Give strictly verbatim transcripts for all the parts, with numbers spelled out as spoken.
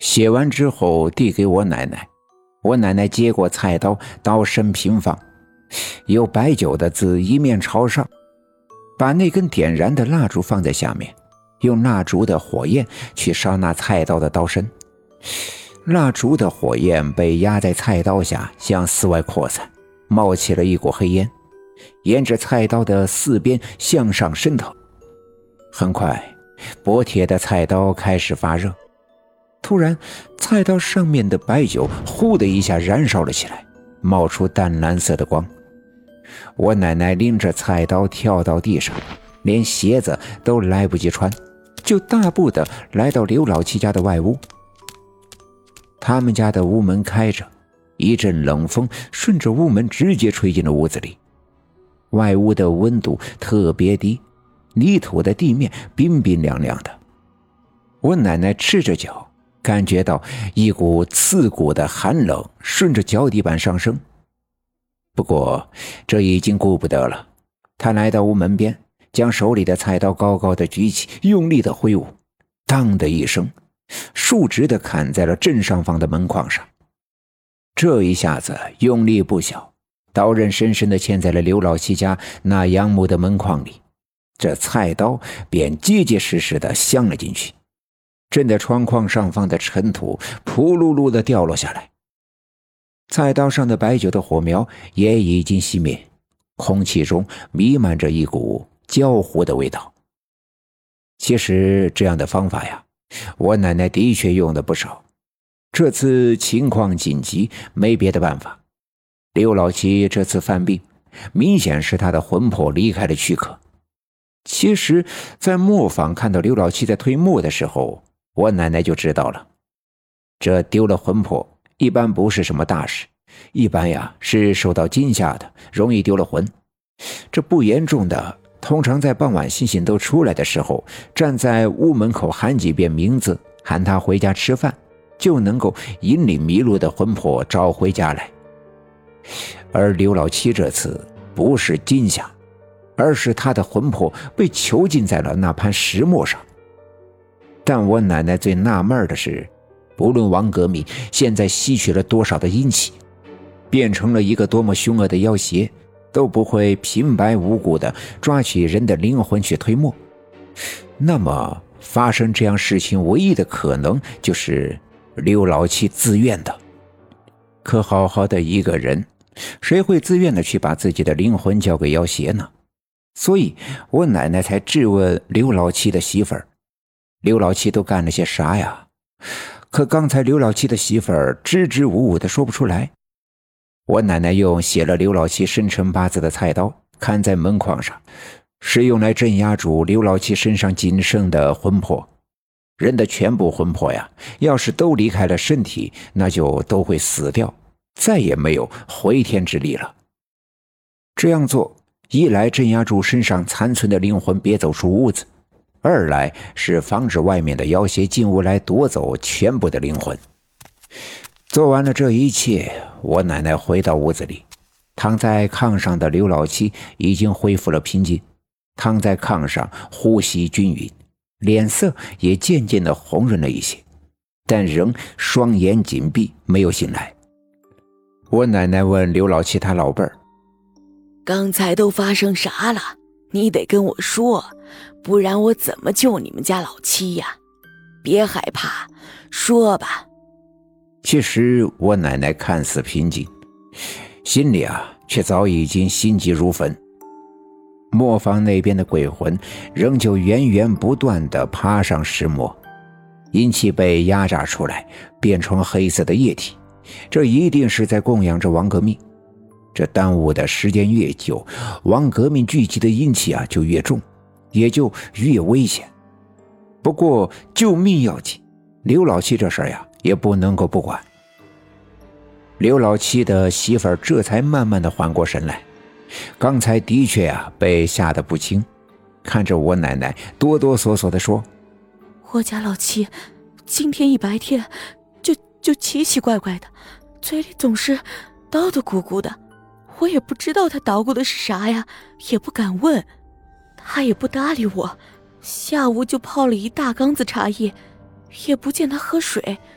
写完之后递给我奶奶，我奶奶接过菜刀，刀身平放，有白酒的字一面朝上，把那根点燃的蜡烛放在下面，用蜡烛的火焰去烧那菜刀的刀身。蜡烛的火焰被压在菜刀下，向四外扩散，冒起了一股黑烟，沿着菜刀的四边向上升腾。很快，薄铁的菜刀开始发热，突然菜刀上面的白酒呼的一下燃烧了起来，冒出淡蓝色的光。我奶奶拎着菜刀跳到地上，连鞋子都来不及穿，就大步的来到刘老七家的外屋。他们家的屋门开着，一阵冷风顺着屋门直接吹进了屋子里。外屋的温度特别低，泥土的地面冰冰凉凉的。我奶奶赤着脚，感觉到一股刺骨的寒冷顺着脚底板上升。不过这已经顾不得了，她来到屋门边，将手里的菜刀高高的举起，用力的挥舞，当的一声，竖直的砍在了正上方的门框上。这一下子用力不小，刀刃深深地嵌在了刘老七家那杨木的门框里，这菜刀便结结实实地镶了进去，震得窗框上方的尘土扑噜噜地掉落下来。菜刀上的白酒的火苗也已经熄灭，空气中弥漫着一股焦糊的味道。其实这样的方法呀，我奶奶的确用的不少。这次情况紧急，没别的办法。刘老七这次犯病，明显是他的魂魄离开了躯壳。其实在磨坊看到刘老七在推磨的时候，我奶奶就知道了，这丢了魂魄一般不是什么大事，一般呀是受到惊吓的，容易丢了魂。这不严重的，通常在傍晚星星都出来的时候，站在屋门口喊几遍名字，喊他回家吃饭，就能够引领迷路的魂魄找回家来。而刘老七这次不是惊吓，而是他的魂魄被囚禁在了那盘石磨上。但我奶奶最纳闷的是，不论王革命现在吸取了多少的阴气，变成了一个多么凶恶的妖邪，都不会平白无故的抓取人的灵魂去推磨。那么发生这样事情唯一的可能就是刘老七自愿的。可好好的一个人，谁会自愿的去把自己的灵魂交给妖邪呢？所以我奶奶才质问刘老七的媳妇儿，刘老七都干了些啥呀？可刚才刘老七的媳妇儿支支吾吾的说不出来。我奶奶用写了刘老七生辰八字的菜刀砍在门框上，是用来镇压住刘老七身上仅剩的魂魄。人的全部魂魄呀，要是都离开了身体，那就都会死掉，再也没有回天之力了。这样做，一来镇压住身上残存的灵魂别走出屋子，二来是防止外面的妖邪进屋来夺走全部的灵魂。做完了这一切，我奶奶回到屋子里，躺在炕上的刘老七已经恢复了平静，躺在炕上呼吸均匀，脸色也渐渐的红润了一些，但仍双眼紧闭，没有醒来。我奶奶问刘老七他老辈儿， 刚才都发生啥了？你得跟我说，不然我怎么救你们家老七呀？别害怕，说吧。 其实我奶奶看似平静，心里啊却早已经心急如焚。磨坊那边的鬼魂仍旧源源不断地爬上石磨，阴气被压榨出来，变成黑色的液体，这一定是在供养着王革命。这耽误的时间越久，王革命聚集的阴气啊就越重，也就越危险。不过救命要紧，刘老七这事儿呀也不能够不管。刘老七的媳妇儿这才慢慢的缓过神来，刚才的确啊被吓得不轻，看着我奶奶哆哆嗦嗦地说， 我家老七今天一白天就就奇奇怪怪的，嘴里总是叨叨咕咕的，我也不知道他捣鼓的是啥呀，也不敢问，他也不搭理我。下午就泡了一大缸子茶叶，也不见他喝水，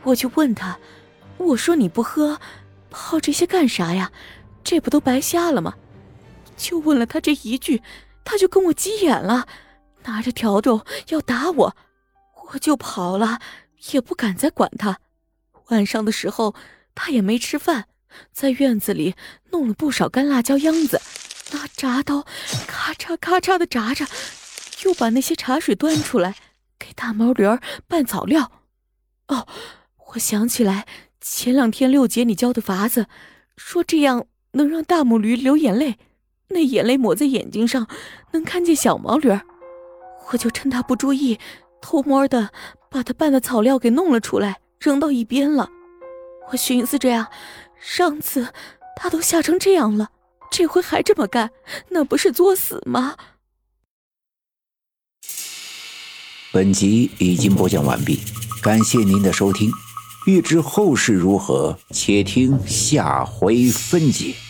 我就问他，我说你不喝，泡这些干啥呀？这不都白瞎了吗？就问了他这一句，他就跟我急眼了，拿着笤帚要打我，我就跑了，也不敢再管他。晚上的时候他也没吃饭，在院子里弄了不少干辣椒秧子，拿铡刀咔嚓咔嚓的铡着，又把那些茶水端出来给大毛驴儿拌草料。哦，我想起来前两天六姐你教的法子，说这样能让大母驴流眼泪，那眼泪抹在眼睛上能看见小毛驴儿。我就趁他不注意，偷摸的把他拌的草料给弄了出来，扔到一边了。我寻思着呀，上次他都吓成这样了，这回还这么干，那不是作死吗？ 本集已经播讲完毕，感谢您的收听。欲知后事如何，且听下回分解。